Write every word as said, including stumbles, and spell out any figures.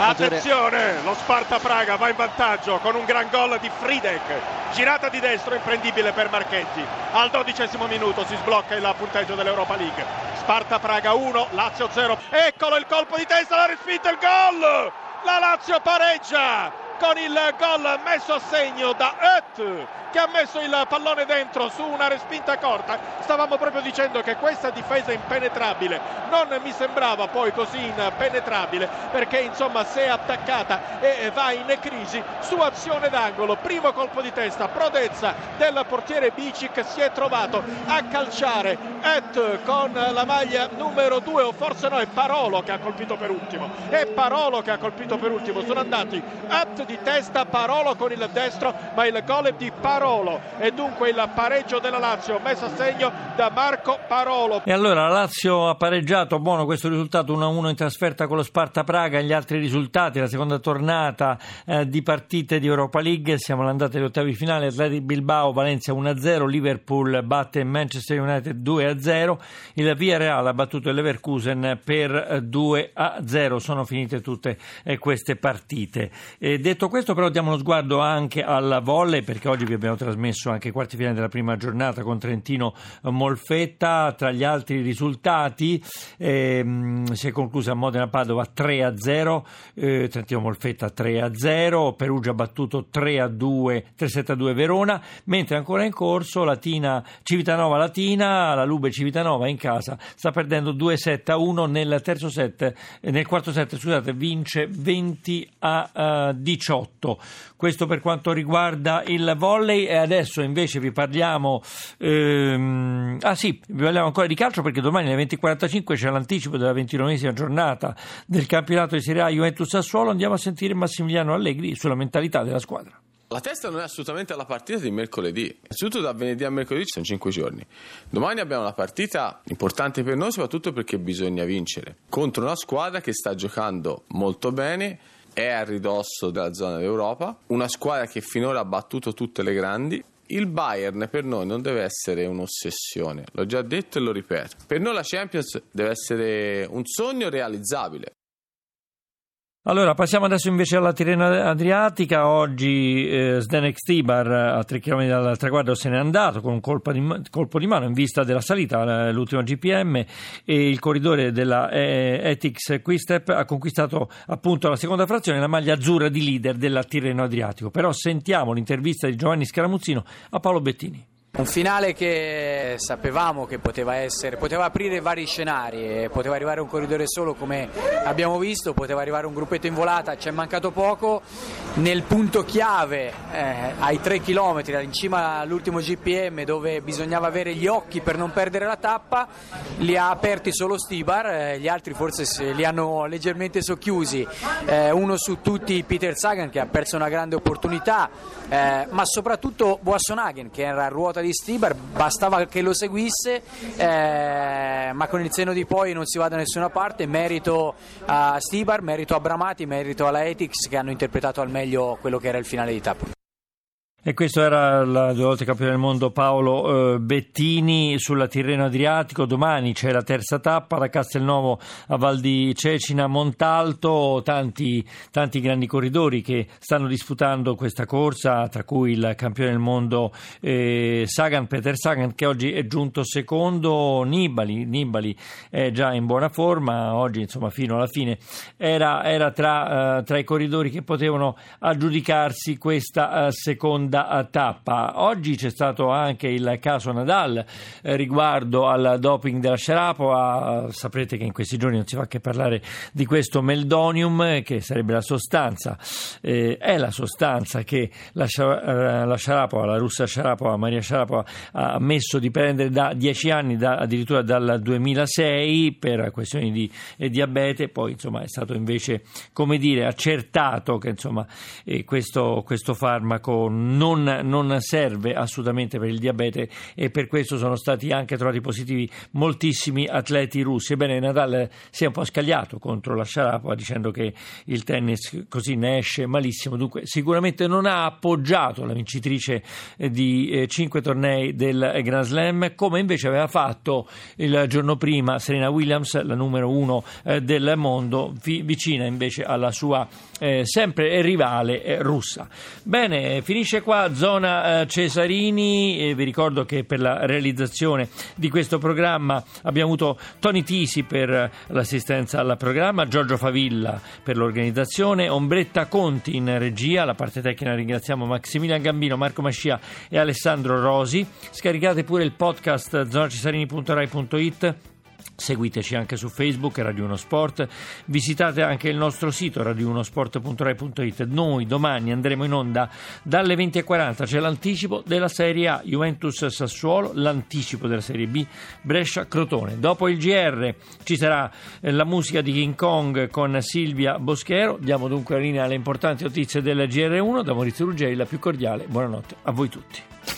Attenzione, lo Sparta Praga va in vantaggio con un gran gol di Fridek, girata di destro imprendibile per Marchetti. Al dodicesimo minuto si sblocca il punteggio dell'Europa League. Sparta Praga uno, Lazio zero. Eccolo il colpo di testa, la respinta, il gol! La Lazio pareggia con il gol messo a segno da Öt, che ha messo il pallone dentro su una respinta corta. Stavamo proprio dicendo che questa difesa impenetrabile non mi sembrava poi così impenetrabile, perché insomma si è attaccata e va in crisi su azione d'angolo. Primo colpo di testa, prodezza del portiere Bicic, si è trovato a calciare Öt con la maglia numero due, o forse no, è Parolo che ha colpito per ultimo, è Parolo che ha colpito per ultimo, sono andati Öt di testa, Parolo con il destro, ma il gol è di Parolo e dunque il pareggio della Lazio messo a segno da Marco Parolo. E allora la Lazio ha pareggiato, buono questo risultato, uno a uno in trasferta con lo Sparta Praga. Gli altri risultati, la seconda tornata eh, di partite di Europa League, siamo all'andata agli ottavi finali. Atletico Bilbao Valencia uno a zero, Liverpool batte Manchester United due a zero, il Villarreal ha battuto il Leverkusen per due a zero. Sono finite tutte eh, queste partite. E detto questo, però, diamo uno sguardo anche al volley, perché oggi vi abbiamo trasmesso anche i quarti finali della prima giornata con Trentino Molfetta. Tra gli altri risultati ehm, si è conclusa Modena Padova tre a zero, eh, Trentino Molfetta tre a zero, Perugia ha battuto tre a due, tre sette a due Verona, mentre ancora in corso Latina Civitanova Latina, la Lube Civitanova in casa sta perdendo due sette a uno nel terzo set, nel quarto set, scusate, vince venti a diciotto. Questo per quanto riguarda il volley. E adesso invece vi parliamo ehm, ah sì, vi parliamo ancora di calcio, perché domani alle venti e quarantacinque c'è l'anticipo della ventinovesima giornata del campionato di Serie A Juventus Sassuolo. Andiamo a sentire Massimiliano Allegri sulla mentalità della squadra. La testa non è assolutamente alla partita di mercoledì, innanzitutto da venerdì a mercoledì ci sono cinque giorni. Domani abbiamo una partita importante per noi, soprattutto perché bisogna vincere contro una squadra che sta giocando molto bene, è a ridosso della zona d'Europa, una squadra che finora ha battuto tutte le grandi. Il Bayern per noi non deve essere un'ossessione, l'ho già detto e lo ripeto. Per noi la Champions deve essere un sogno realizzabile. Allora, passiamo adesso invece alla Tirrenia Adriatica. Oggi eh, Zdenek Stybar a tre chilometri dal traguardo se n'è andato con un colpo di, colpo di mano in vista della salita, l'ultimo G P M, e il corridore della eh, Ethics Quickstep ha conquistato appunto la seconda frazione, la maglia azzurra di leader della Tirreno Adriatico. Però sentiamo l'intervista di Giovanni Scaramuzzino a Paolo Bettini. Un finale che sapevamo che poteva essere, poteva aprire vari scenari, poteva arrivare un corridore solo come abbiamo visto, poteva arrivare un gruppetto in volata, ci è mancato poco. Nel punto chiave, eh, ai tre chilometri, in cima all'ultimo G P M, dove bisognava avere gli occhi per non perdere la tappa, li ha aperti solo Stybar, eh, gli altri forse li hanno leggermente socchiusi, eh, uno su tutti Peter Sagan che ha perso una grande opportunità, eh, ma soprattutto Boasson-Hagen che era a ruota di Stybar, bastava che lo seguisse, eh, ma con il senno di poi non si va da nessuna parte. Merito a Stybar, merito a Bramati, merito alla Ethics che hanno interpretato al meglio quello che era il finale di tappa. E questo era il due volte campione del mondo Paolo eh, Bettini sulla Tirreno Adriatico. Domani c'è la terza tappa da Castelnuovo a Val di Cecina, Montalto, tanti, tanti grandi corridori che stanno disputando questa corsa, tra cui il campione del mondo eh, Sagan, Peter Sagan, che oggi è giunto secondo. Nibali, Nibali è già in buona forma, oggi insomma fino alla fine era, era tra, eh, tra i corridori che potevano aggiudicarsi questa eh, seconda tappa. Oggi c'è stato anche il caso Nadal eh, riguardo al doping della Sharapova. Saprete che in questi giorni non si fa che parlare di questo meldonium, che sarebbe la sostanza, eh, è la sostanza che la, eh, la Sharapova, la russa Sharapova, Maria Sharapova, ha ammesso di prendere da dieci anni, da, addirittura dal duemilasei, per questioni di eh, diabete. Poi insomma è stato invece, come dire, accertato che insomma eh, questo, questo farmaco non non, non serve assolutamente per il diabete, e per questo sono stati anche trovati positivi moltissimi atleti russi. Ebbene, Nadal si è un po' scagliato contro la Sharapova dicendo che il tennis così ne esce malissimo, dunque sicuramente non ha appoggiato la vincitrice di eh, cinque tornei del Grand Slam, come invece aveva fatto il giorno prima Serena Williams, la numero uno eh, del mondo, vi, vicina invece alla sua eh, sempre rivale eh, russa. Bene, finisce qua Zona eh, Cesarini, e vi ricordo che per la realizzazione di questo programma abbiamo avuto Tony Tisi per l'assistenza al programma, Giorgio Favilla per l'organizzazione, Ombretta Conti in regia, la parte tecnica ringraziamo Maximiliano Gambino, Marco Mascia e Alessandro Rosi. Scaricate pure il podcast zona cesarini punto rai punto it. Seguiteci anche su Facebook, Radio uno Sport, visitate anche il nostro sito radio uno sport punto rai punto it. Noi domani andremo in onda dalle venti e quaranta, c'è l'anticipo della Serie A, Juventus Sassuolo, l'anticipo della Serie B, Brescia Crotone. Dopo il G R ci sarà la musica di King Kong con Silvia Boschero. Diamo dunque la linea alle importanti notizie del G R uno. Da Maurizio Ruggeri la più cordiale buonanotte a voi tutti.